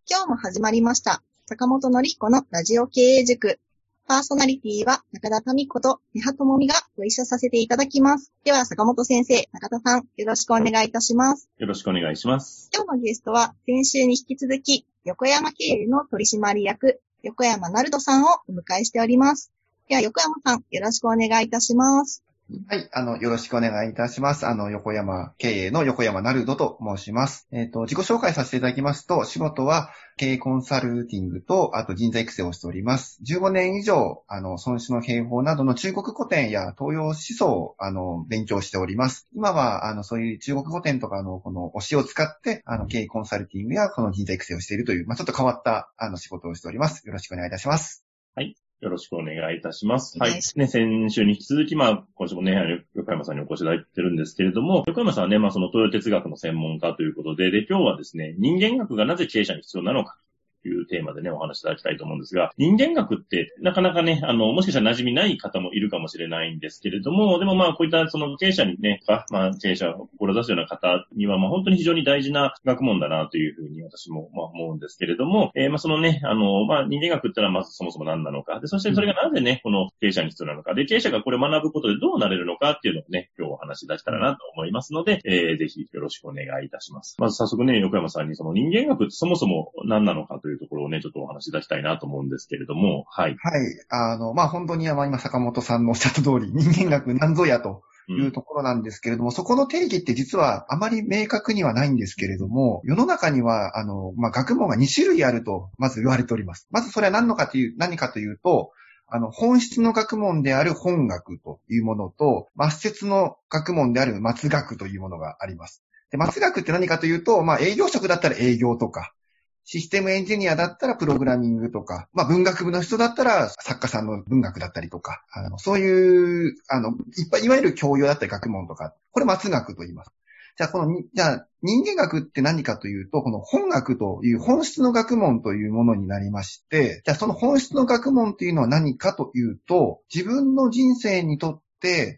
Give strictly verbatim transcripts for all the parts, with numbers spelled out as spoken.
今日も始まりました。坂本典彦のラジオ経営塾。パーソナリティは中田民子と根葉智美がご一緒させていただきます。では坂本先生、中田さん、よろしくお願いいたします。 よろしくお願いします。 今日のゲストは先週に引き続き、横山経営の取締役、横山成人さんをお迎えしております。では横山さん、よろしくお願いいたします。 はい、あの、よろしくお願いいたします。あの、横山経営の横山成人と申します。えっと、自己紹介させていただきますと、仕事は経営コンサルティングと、あと人材育成をしております。じゅうごねん以上、あの、孫子の兵法などの中国古典や東洋思想を、あの、勉強しております。今は、あの、そういう中国古典とかの、この教えを使って、あの、経営コンサルティングやこの人材育成をしているという、まあ、ちょっと変わった、あの、仕事をしております。よろしくお願いいたします。 はい。よろしくお願いいたします。はい。ね、先週に引き続き、まあ、今週もね、横山さんにお越しいただいてるんですけれども、横山さんはね、まあ、その東洋哲学の専門家ということで、で、今日はですね、人間学がなぜ経営者に必要なのかというテーマでね、お話しいただきたいと思うんですが、人間学って、なかなかね、あの、もしかしたら馴染みない方もいるかもしれないんですけれども、でもまあ、こういったその経営者にね、まあ、経営者を志すような方には、まあ、本当に非常に大事な学問だなというふうに私もまあ思うんですけれども、えー、まあ、そのね、あの、まあ、人間学って言ったらまずそもそも何なのか、で、そしてそれがなぜね、この経営者に必要なのか、で、経営者がこれを学ぶことでどうなれるのかっていうのをね、今日お話し出したらなと思いますので、えー、ぜひよろしくお願いいたします。まず早速ね、横山さんにその人間学ってそもそも何なのかというところをね、ちょっとお話し出したいなと思うんですけれども、はい。 はい。あの、まあ、本当に今坂本さんのおっしゃった通り、人間学なんぞやというところなんですけれども、うん、そこの定義って実はあまり明確にはないんですけれども、世の中には、あの、まあ、学問がに種類あると、まず言われております。まずそれは何のかという、何かというと、あの、本質の学問である本学というものと、末節の学問である末学というものがあります。で、末学って何かというと、まあ、営業職だったら営業とか、システムエンジニアだったらプログラミングとか、まあ文学部の人だったら作家さんの文学だったりとか、あのそういう、あの、いっぱい、いわゆる教養だったり学問とか、これ末学と言います。じゃあこの、じゃあ人間学って何かというと、この本学という本質の学問というものになりまして、じゃあその本質の学問というのは何かというと、自分の人生にとって、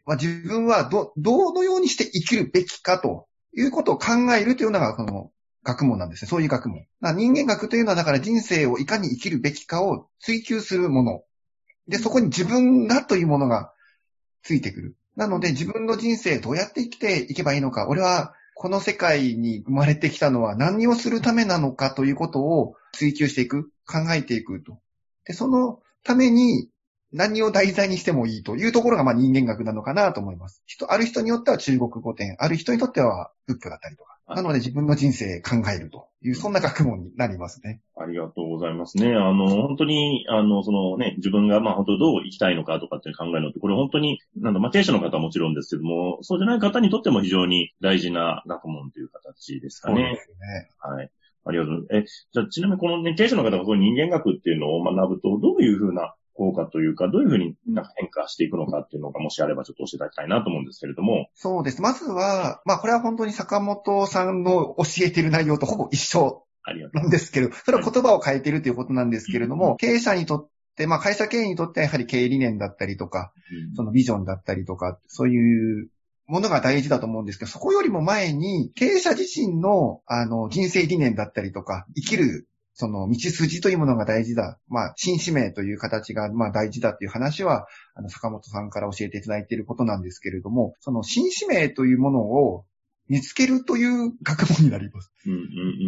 まあ、自分はど、どのようにして生きるべきかということを考えるというのがこの学問なんですね。そういう学問。人間学というのはだから人生をいかに生きるべきかを追求するもの。で、そこに自分がというものがついてくる。なので自分の人生どうやって生きていけばいいのか。俺はこの世界に生まれてきたのは何をするためなのかということを追求していく。考えていくと。で、そのために何を題材にしてもいいというところがまあ人間学なのかなと思います。人、ある人によっては中国語典、ある人にとっては仏教だったりとか。なので自分の人生考えるという、そんな学問になりますね。 ありがとうございますね。あの、本当に、あの、そのね、自分がまあ本当どう生きたいのかとかって考えるのって、これ本当に、なんだ、まあ経営者の方はもちろんですけども、そうじゃない方にとっても非常に大事な学問という形ですかね。 そうですね。 はい。ありがとうございます。え、じゃあちなみにこのね、経営者の方がこの人間学っていうのを学ぶと、どういうふうな効果というか、どういうふうになんか変化していくのかっていうのが、もしあればちょっと教えていただきたいなと思うんですけれども。 そうです。まずは、まあこれは本当に坂本さんの教えている内容とほぼ一緒なんですけど、それは言葉を変えているということなんですけれども、経営者にとって、まあ会社経営にとってはやはり経営理念だったりとか、そのビジョンだったりとか、そういうものが大事だと思うんですけど、そこよりも前に、経営者自身の、あの、人生理念だったりとか、生きるその道筋というものが大事だ。まあ、新使命という形がまあ大事だっていう話は、あの、坂本さんから教えていただいていることなんですけれども、その新使命というものを見つけるという学問になります。 うんうんうん、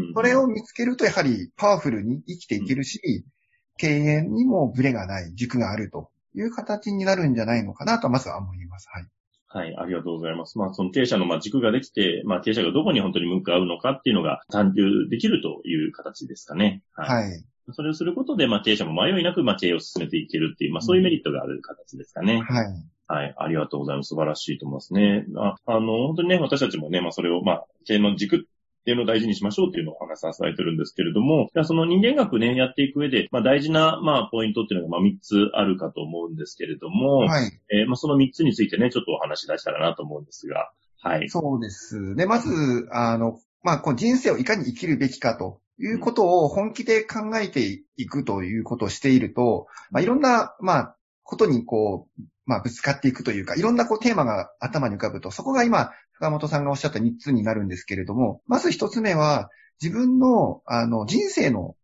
それを見つけるとやはりパワフルに生きていけるし、うん、経営にもブレがない、軸があるという形になるんじゃないのかなとまずは思います。はい。 はい、ありがとうございます。まあ、その経営者のまあ軸ができて、まあ、経営者がどこに本当に向かうのかっていうのが探求できるという形ですかね。 はい。はい、 それをすることで、まあ、経営者も迷いなく、まあ、経営を進めていけるっていう、まあ、そういうメリットがある形ですかね。 はい。 はい、ありがとうございます。素晴らしいと思いますね。あ、あの、本当にね、私たちもね、まあ、それを、まあ、経営の軸っていうのを大事にしましょうっていうのをお話しさせていただいてるんですけれども、その人間学ね、やっていく上で、まあ大事な、まあポイントっていうのが、まあみっつあるかと思うんですけれども、 はい。 えー、まあそのみっつについてね、ちょっとお話し出したらなと思うんですが、はい。 そうです。で、まず、あの、まあこう人生をいかに生きるべきかということを本気で考えていくということをしていると、まあいろんな、まあ、ことにこう、まあぶつかっていくというか、いろんなこうテーマが頭に浮かぶと、そこが今、坂本さんがおっしゃったみっつになるんですけれども、まずひとつめは、自分の、あの、人生の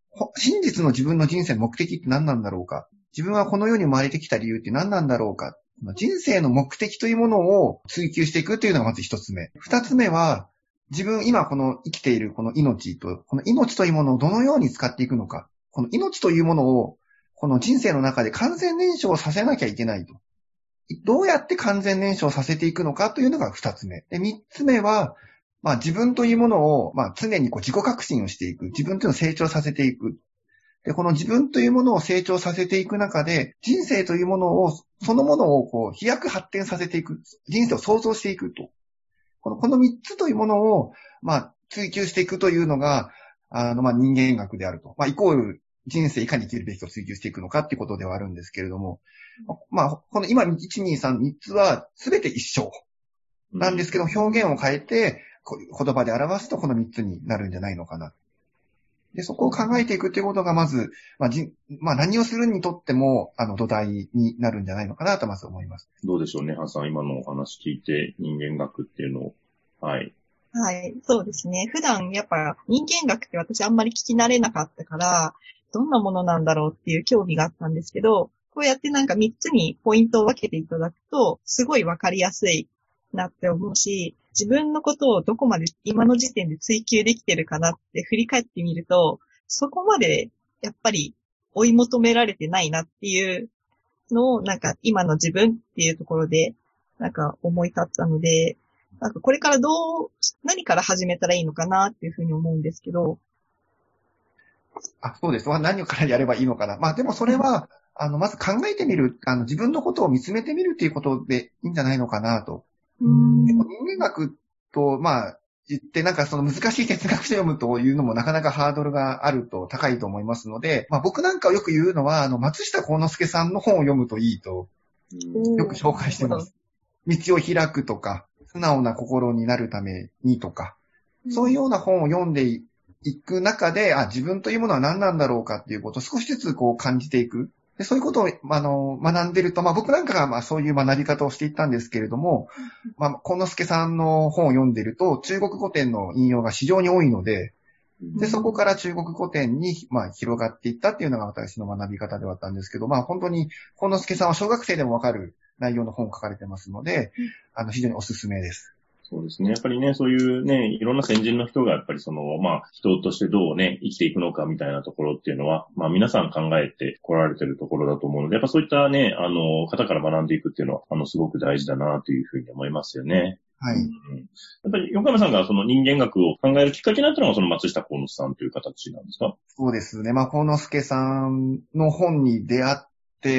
真実の自分の人生の目的って何なんだろうか。自分はこの世に生まれてきた理由って何なんだろうか。人生の目的というものを追求していくというのがまず一つ目。二つ目は、自分今この生きているこの命と、この命というものをどのように使っていくのか。この命というものを、この人生の中で完全燃焼させなきゃいけないと。どうやって完全燃焼させていくのかというのが二つ目。で、三つ目は、まあ自分というものを、まあ常にこう自己革新をしていく。自分というのを成長させていく。で、この自分というものを成長させていく中で、人生というものを、そのものをこう飛躍発展させていく。人生を創造していくと。この、この三つというものを、まあ追求していくというのが、あの、まあ人間学であると。まあイコール人生いかに生きるべきかを追求していくのかっていうことではあるんですけれども、まあ、この今、いち、に、さん、みっつは全て一緒なんですけど、表現を変えて、言葉で表すとこのみっつになるんじゃないのかな。で、そこを考えていくということがまず、まあ、じまあ、何をするにとっても、あの、土台になるんじゃないのかなとまず思います。 どうでしょうね、ハンさん、今のお話聞いて、人間学っていうのを、はい。 はい、そうですね。普段、やっぱ人間学って私あんまり聞き慣れなかったから、どんなものなんだろうっていう興味があったんですけど、こうやってなんかみっつにポイントを分けていただくと、すごいわかりやすいなって思うし、自分のことをどこまで今の時点で追求できてるかなって振り返ってみると、そこまでやっぱり追い求められてないなっていうのをなんか今の自分っていうところでなんか思い立ったので、なんかこれからどう、何から始めたらいいのかなっていうふうに思うんですけど。 あ、そうです。何からやればいいのかな。まあでもそれは、あの、まず考えてみる、あの、自分のことを見つめてみるっていうことでいいんじゃないのかなと。 うーん。 人間学と、まあ、言って、なんかその難しい哲学書読むというのもなかなかハードルがあると高いと思いますので、まあ僕なんかをよく言うのは、あの、松下幸之助さんの本を読むといいと、よく紹介してます。道を開くとか、素直な心になるためにとか、そういうような本を読んでいく中で、あ、自分というものは何なんだろうかっていうことを少しずつこう感じていく。でそういうことを、あの、学んでると、まあ僕なんかがまあそういう学び方をしていったんですけれども、まあ、幸之助さんの本を読んでると、中国古典の引用が非常に多いので、で、そこから中国古典に、まあ、広がっていったっていうのが私の学び方ではあったんですけど、まあ、本当に、幸之助さんは小学生でもわかる内容の本を書かれてますので、あの、非常におすすめです。 そうですね。やっぱりね、そういうね、いろんな先人の人がやっぱりその、まあ、人としてどうね、生きていくのかみたいなところっていうのは、まあ皆さん考えて来られてるところだと思うので、やっぱそういったね、あの、方から学んでいくっていうのは、あの、すごく大事だなというふうに思いますよね。 はい。うん、 やっぱり、横山さんがその人間学を考えるきっかけになったのが、その松下幸之助さんという形なんですか？ そうですね。まあ、幸之助さんの本に出会って、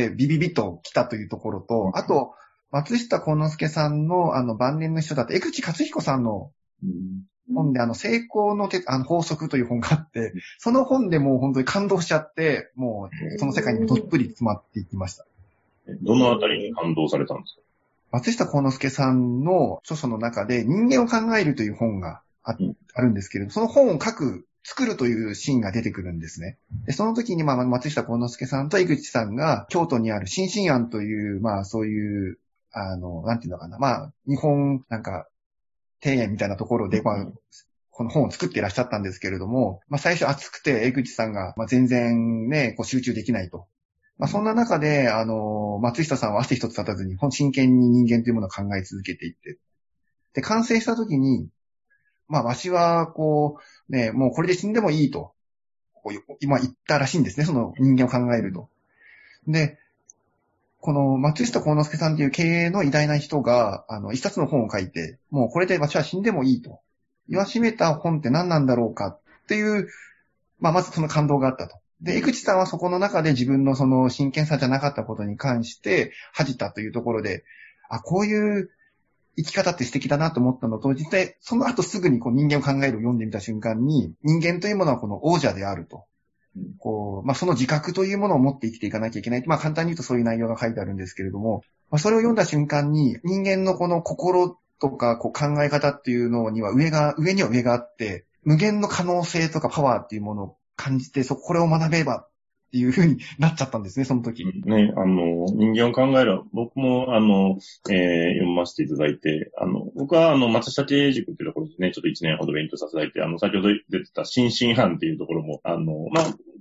ビビビと来たというところと、うん、あと、松下幸之助さんの、あの、晩年の人だった江口勝彦さんの本で、あの、成功のてあの法則という本があって、その本でもう本当に感動しちゃって、もう、その世界にどっぷり詰まっていきました。 どのあたりに感動されたんですか？ 松下幸之助さんの著書の中で、人間を考えるという本が あ,、うん、あるんですけれど、その本を書く、作るというシーンが出てくるんですね。でその時に、まあ、松下幸之助さんと江口さんが、京都にある新進庵という、まあ、そういう、あの、なんていうのかな。まあ、日本、なんか、庭園みたいなところで、まあ、この本を作っていらっしゃったんですけれども、まあ、最初暑くて江口さんが、まあ、全然ね、こう集中できないと。まあ、そんな中で、あの、松下さんは汗一つ立たずに、真剣に人間というものを考え続けていって。で、完成した時に、まあ、わしは、こう、ね、もうこれで死んでもいいと、こう今言ったらしいんですね、その人間を考えると。で、この松下幸之助さんという経営の偉大な人が、あの、一冊の本を書いて、もうこれで私は死んでもいいと。言わしめた本って何なんだろうかっていう、まあ、まずその感動があったと。で、江口さんはそこの中で自分のその真剣さじゃなかったことに関して恥じたというところで、あ、こういう生き方って素敵だなと思ったのと、実際その後すぐにこう人間を考えるを読んでみた瞬間に、人間というものはこの王者であると。こう、まあ、その自覚というものを持って生きていかなきゃいけない。まあ、簡単に言うとそういう内容が書いてあるんですけれども、まあ、それを読んだ瞬間に人間のこの心とかこう考え方っていうのには上が、上には上があって、無限の可能性とかパワーっていうものを感じて、そこ、これを学べばっていう風になっちゃったんですね、その時に。 ね、あの、人間を考える、僕も、あの、えー、読ませていただいて、あの、僕は、あの、松下経営塾っていうところでね、ちょっと一年ほど勉強させていただいて、あの、先ほど出てた新進班っていうところも、あの、まあ、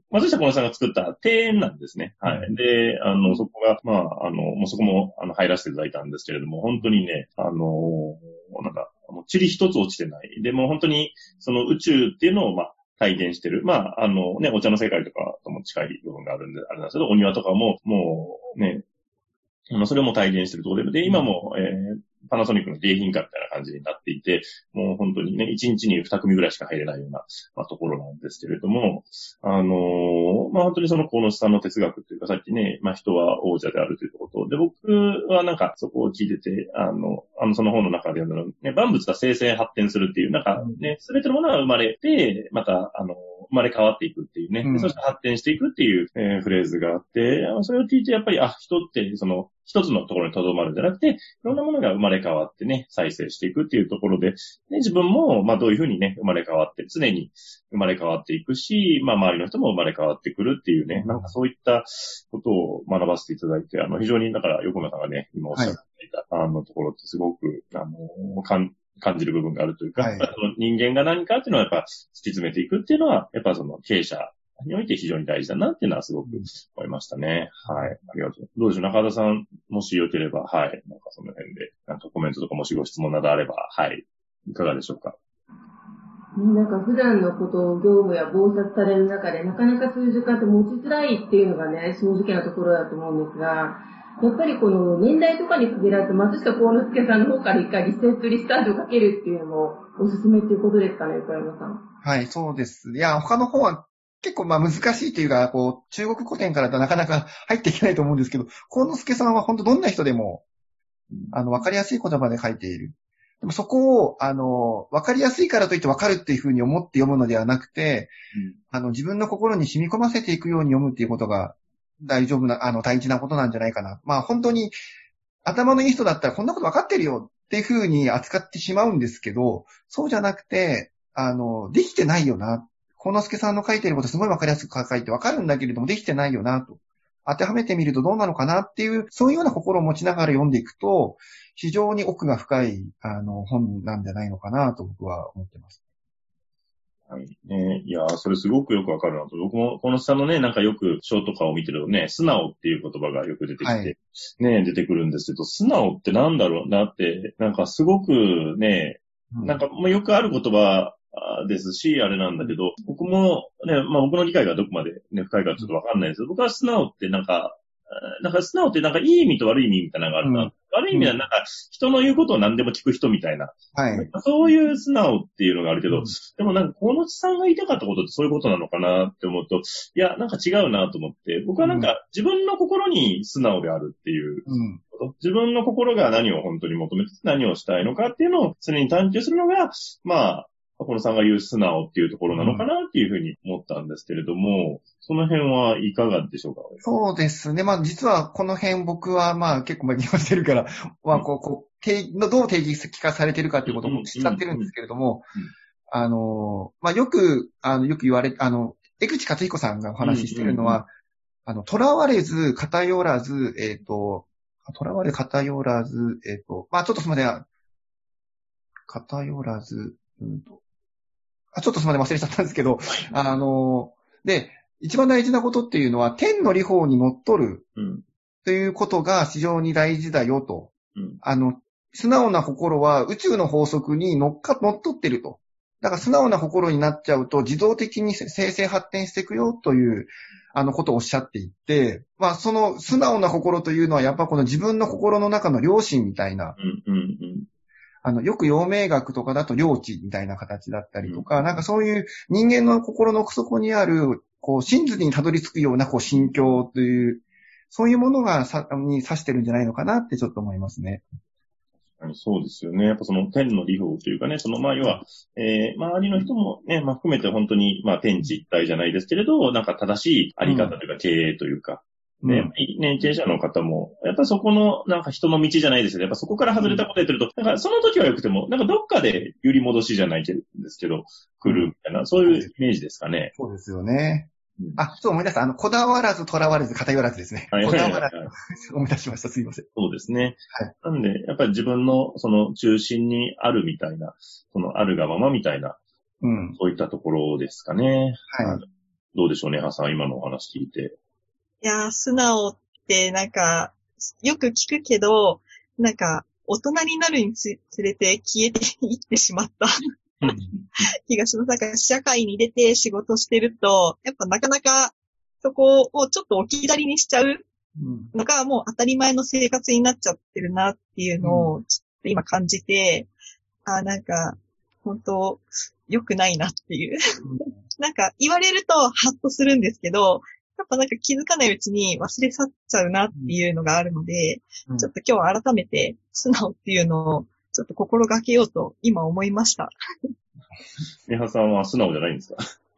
松下幸之さんが作った庭園なんですね。はい。で、あの、そこが、まあ、あの、もうそこも、あの、入らせていただいたんですけれども、本当にね、あの、なんか、もう塵一つ落ちてない。で、もう本当に、その宇宙っていうのを、まあ、体現してる。まあ、あのね、お茶の世界とかとも近い部分があるんで、あれなんですけど、お庭とかも、もうね、まあ、それも体現してるところで、今も、えー、パナソニックの迎賓館みたいな感じになっていて、もう本当にね、一日に二組ぐらいしか入れないような、まあ、ところなんですけれども、あのー、まあ、本当にその鴻巣さんの哲学というか、さっきね、まあ、人は王者であるということで、僕はなんかそこを聞いてて、あの、あの、その本の中で読んだの、ね、万物が生成発展するっていう、なんかね、すべてのものが生まれて、また、あの、生まれ変わっていくっていうね、 うん、 そして発展していくっていう、えー、フレーズがあって、それを聞いてやっぱり、あ、人って、その、一つのところに留まるんじゃなくて、いろんなものが生まれ変わってね、再生していくっていうところで、で自分も、まあどういうふうにね、生まれ変わって、常に生まれ変わっていくし、まあ周りの人も生まれ変わってくるっていうね、なんかそういったことを学ばせていただいて、あの、非常に、だから、横村さんがね、今おっしゃっていた、はい、あのところってすごく、あの、感感じる部分があるというか、はい、その人間が何かっていうのはやっぱ突き詰めていくっていうのは、やっぱその経営者において非常に大事だなっていうのはすごく思いましたね。はい。ありがとう。どうでしょう、中田さん、もしよければ、はい。なんかその辺で、なんかコメントとかもしご質問などあれば、はい。いかがでしょうか。 ね、なんか普段のことを業務や忙殺される中で、なかなかそういう時間って持ちづらいっていうのがね、正直なところだと思うんですが、やっぱりこの年代とかに限らず、松下幸之助さんの方から一回リセットリスタートをかけるっていうのもおすすめっていうことですかね、横山さん。 はい、そうです。いや、他の方は結構まあ難しいというか、こう、中国古典からだとなかなか入っていけないと思うんですけど、幸之助さんは本当どんな人でも、あの、わかりやすい言葉で書いている。でもそこを、あの、わかりやすいからといってわかるっていうふうに思って読むのではなくて、うん、あの、自分の心に染み込ませていくように読むっていうことが大丈夫な、あの、大事なことなんじゃないかな。まあ本当に、頭のいい人だったらこんなことわかってるよっていうふうに扱ってしまうんですけど、そうじゃなくて、あの、できてないよな。幸之助さんの書いてることすごいわかりやすく書いてわかるんだけれども、できてないよなと。当てはめてみるとどうなのかなっていう、そういうような心を持ちながら読んでいくと、非常に奥が深い、あの、本なんじゃないのかなと僕は思ってます。 はい。ね、いやー、それすごくよくわかるなと。僕も、この下のね、なんかよく書とかを見てるとね、素直っていう言葉がよく出てきて、はい、ね、出てくるんですけど、素直ってなんだろうなって、なんかすごくね、うん、なんかもうよくある言葉ですし、あれなんだけど、僕もね、まあ僕の理解がどこまでね、深いかちょっとわかんないですけど、僕は素直ってなんか、なんか素直ってなんかいい意味と悪い意味みたいなのがあるな。うん、悪い意味はなんか人の言うことを何でも聞く人みたいな。はい。そういう素直っていうのがあるけど、うん、でもなんか幸之助さんが言いたかったことってそういうことなのかなって思うと、いや、なんか違うなと思って、僕はなんか自分の心に素直であるっていうこと、うん、自分の心が何を本当に求めて何をしたいのかっていうのを常に探求するのが、まあ、このさんが言う素直っていうところなのかなっていうふうに思ったんですけれども、その辺はいかがでしょうか？ そうですね。まあ実はこの辺僕はまあ結構勉強してるから、まあこう、こう、定のどう定義化されてるかっていうことを知っちゃってるんですけれども、あの、まあよく、あの、よく言われ、あの、江口勝彦さんがお話ししてるのは、あの、囚われず、偏らず、えっと、囚われ偏らず、えっと、まあちょっとすみません。偏らず、うんと、あ、ちょっとすみません、忘れちゃったんですけど、あの、で、一番大事なことっていうのは、天の理法にのっとるということが非常に大事だよと。うん、あの、素直な心は宇宙の法則に乗っか、乗っ取ってると。だから素直な心になっちゃうと自動的に生成発展していくよという、あのことをおっしゃっていて、まあその素直な心というのはやっぱこの自分の心の中の良心みたいな、うんうんうん、あの、よく陽明学とかだと良知みたいな形だったりとか、うん、なんかそういう人間の心の奥底にある、こう、真実にたどり着くような、こう、心境という、そういうものがさ、に指してるんじゃないのかなってちょっと思いますね。 そうですよね。やっぱその天の理法というかね、そのまあ要は、えー、周りの人もね、まあ含めて本当にまあ天地一体じゃないですけれど、なんか正しいあり方というか経営というか、うんね、ね、経営者の方も、やっぱそこのなんか人の道じゃないですけど、やっぱそこから外れたことやってると、なんかその時は良くても、なんかどっかで揺り戻しじゃないんですけど、来るみたいな、そういうイメージですかね。 そうですよね。あ、そう思い出した。あの、こだわらず、とらわれず、偏らずですね。はいはいはいはい、こだわらず。思い出しました。すいません。 そうですね。はい。なんで、やっぱり自分の、その、中心にあるみたいな、その、あるがままみたいな、うん。そういったところですかね。 はい。 どうでしょうね、ハさん、今のお話聞いて。 いやー、素直ってなんか、よく聞くけど、なんか、大人になるにつれて消えていってしまった気がします。なんか、社会に出て仕事してると、やっぱなかなかそこをちょっと置き去りにしちゃうのがもう当たり前の生活になっちゃってるなっていうのをちょっと今感じて、あ、なんか、本当良くないなっていう。なんか言われるとハッとするんですけど、やっぱなんか気づかないうちに忘れ去っちゃうなっていうのがあるので、うん、ちょっと今日改めて素直っていうのをちょっと心がけようと今思いました。 みはさんは素直じゃないんですか？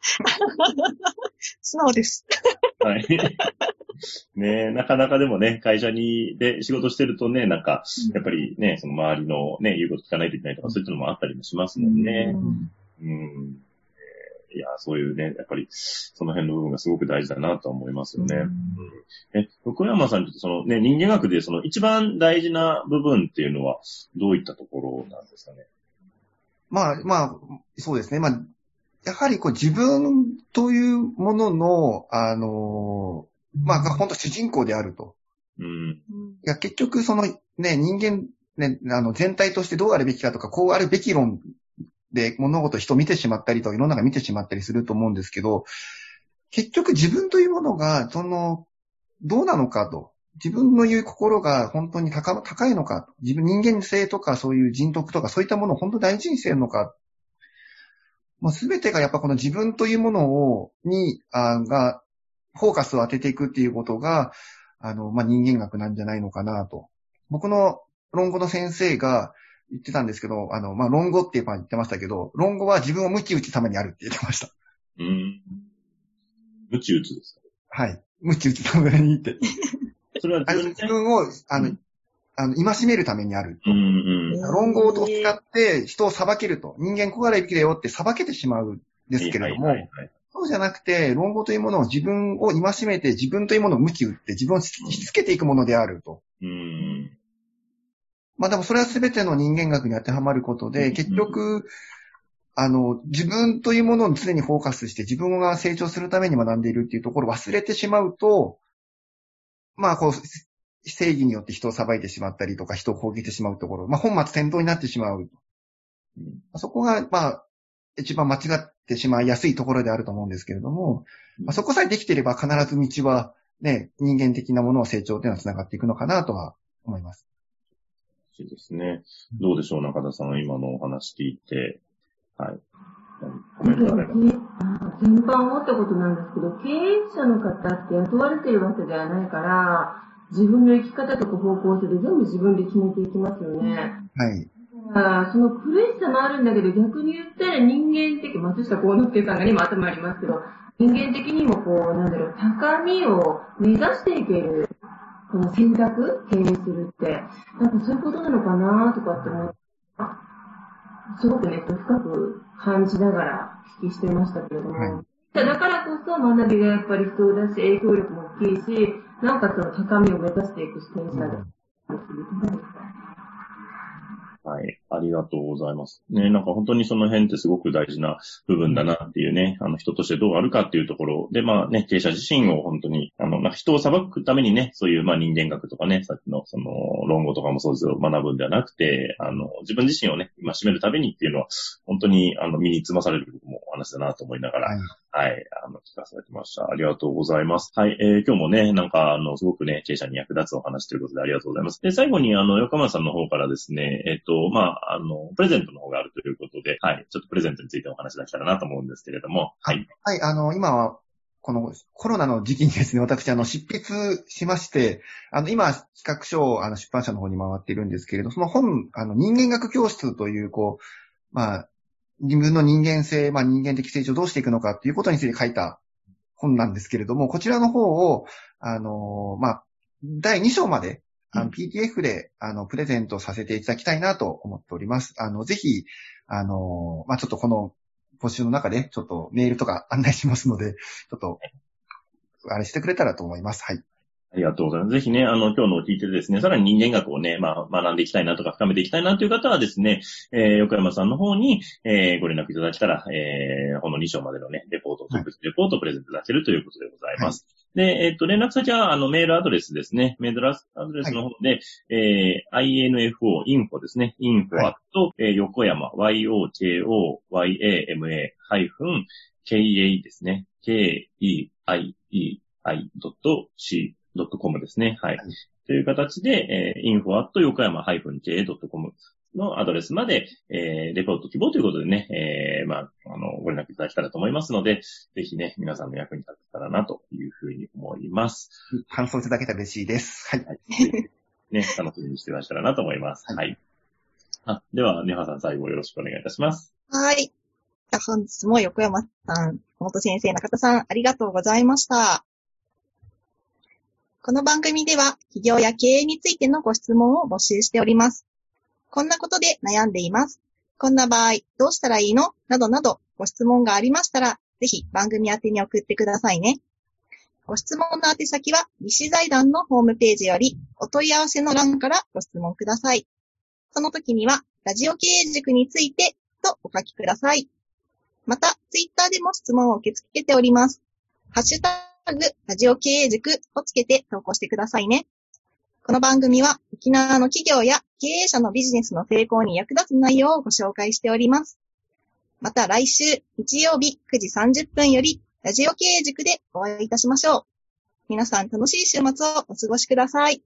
素直です。 はい。ねえ、なかなかでもね、会社に、で仕事してるとね、なんか、やっぱりね、その周りのね、言うこと聞かないといけないとか、そういったのもあったりもしますもんね。うん。うんいや、そういうね、やっぱり、その辺の部分がすごく大事だなと思いますよね。うん、え、横山さんにとってそのね、人間学でその一番大事な部分っていうのは、どういったところなんですかね。 まあ、まあ、そうですね。まあ、やはりこう自分というものの、あの、まあ、本当主人公であると。うん。いや、結局そのね、人間、ね、あの、全体としてどうあるべきかとか、こうあるべき論で物事、人を見てしまったりとか、世の中見てしまったりすると思うんですけど、結局自分というものが、その、どうなのかと。自分の言う心が本当に 高, 高いのか。自分、人間性とかそういう人徳とかそういったものを本当に大事にしているのか。もうすべてがやっぱこの自分というものを、に、あが、フォーカスを当てていくっていうことが、あの、まあ、人間学なんじゃないのかなと。僕の論語の先生が、言ってたんですけど、あの、まあ、論語って言ってましたけど、論語は自分を無知打つためにあるって言ってました。 うん。無知打つですか？はい。無知打つためにって。それは自分、自分を、あの、うん、あの、戒めるためにあると。うんうん、論語を使って人を裁けると。人間こうあるべきだよって裁けてしまうんですけれども、はいはいはいはい、そうじゃなくて、論語というものを自分を戒めて、自分というものを無知打って、自分をしつけていくものであると。うんまあでもそれは全ての人間学に当てはまることで、結局、あの、自分というものに常にフォーカスして自分が成長するために学んでいるっていうところを忘れてしまうと、まあこう、正義によって人を裁いてしまったりとか人を攻撃してしまうところ、まあ本末転倒になってしまう。うん、そこが、まあ、一番間違ってしまいやすいところであると思うんですけれども、まあ、そこさえできていれば必ず道はね、人間的なものを成長というのは繋がっていくのかなとは思います。 そうですね。どうでしょう、中田さんは今のお話聞いて。はい。 コメントあれば。全般思ったことなんですけど、経営者の方って雇われているわけではないから、自分の生き方とか方向性で全部自分で決めていきますよね。 はい。 だからその苦しさもあるんだけど、逆に言ったら人間的、松下幸之助さんが今頭ありますけど、人間的にもこう、なんだろう、高みを目指していける。この選択経営するって、なんかそういうことなのかなとかって思って、すごくね、深く感じながら聞きしてましたけれども、はい、だからこそ学びがやっぱり必要だし、影響力も大きいし、なおかつその高みを目指していく視点者で、 はい。ありがとうございます。ね、なんか本当にその辺ってすごく大事な部分だなっていうね、あの人としてどうあるかっていうところで、まあね、経営者自身を本当に、あの、なんか人を裁くためにね、そういうまあ人間学とかね、さっきのその論語とかもそうですよ、学ぶんではなくて、あの、自分自身をね、今締めるためにっていうのは、本当にあの、身につまされるもお話だなと思いながら、はいはい。あの、聞かせていただきました。ありがとうございます。はい。えー、今日もね、なんか、あの、すごくね、経営者に役立つお話ということでありがとうございます。で、最後に、あの、横山さんの方からですね、えっと、まあ、あの、プレゼントの方があるということで、はい。ちょっとプレゼントについてお話しできたらなと思うんですけれども、はい。 はい。あの、今は、このコロナの時期にですね、私、あの、執筆しまして、あの、今、企画書を、あの、出版社の方に回っているんですけれど、その本、あの、人間学教室という、こう、まあ、自分の人間性、まあ人間的成長をどうしていくのかということについて書いた本なんですけれども、こちらの方を、あの、まあ、だいに章まで、あの、ピーティーエフ で、あの、プレゼントさせていただきたいなと思っております。あの、ぜひ、あの、まあ、ちょっとこの募集の中で、ちょっとメールとか案内しますので、ちょっと、あれしてくれたらと思います。はい。 ありがとうございます。ぜひね、あの、今日のを聞いてですね、さらに人間学をね、まあ、学んでいきたいなとか、深めていきたいなという方はですね、えー、横山さんの方に、えー、ご連絡いただけたら、えー、このに章までのね、レポート、特別レポートをプレゼントいただけるということでございます。はい、で、えっと、連絡先は、あの、メールアドレスですね。メールアドレスの方で、はい、えー、インフォ、インフォですね。インフォアット、えー、横山、ヨコヤマ、ハイフン、ケーエー ですね。ケーイーアイイーアイドットシードットコム ですね。はい。はい、という形で、えー、インフォアットヨコヤマ ケーエードットコム のアドレスまで、えー、レポート希望ということでね、えー、まあ、あの、ご連絡いただけたらと思いますので、ぜひね、皆さんの役に立てたらなというふうに思います。 感想いただけたら嬉しいです。はい。はい、 ね、楽しみにしていただけたらなと思います。はい。はい、あ、では、ネハさん最後よろしくお願いいたします。 はい。本日も横山さん、本先生、中田さん、ありがとうございました。この番組では、企業や経営についてのご質問を募集しております。こんなことで悩んでいます。こんな場合、どうしたらいいのなどなど、ご質問がありましたら、ぜひ番組宛てに送ってくださいね。ご質問の宛先は、立志財団のホームページより、お問い合わせの欄からご質問ください。その時には、ラジオ経営塾についてとお書きください。また、ツイッターでも質問を受け付けております。ハッシュタグ、ラジオ経営塾をつけて投稿してくださいね。この番組は沖縄の企業や経営者のビジネスの成功に役立つ内容をご紹介しております。また来週日曜日くじさんじゅっぷんよりラジオ経営塾でお会いいたしましょう。皆さん楽しい週末をお過ごしください。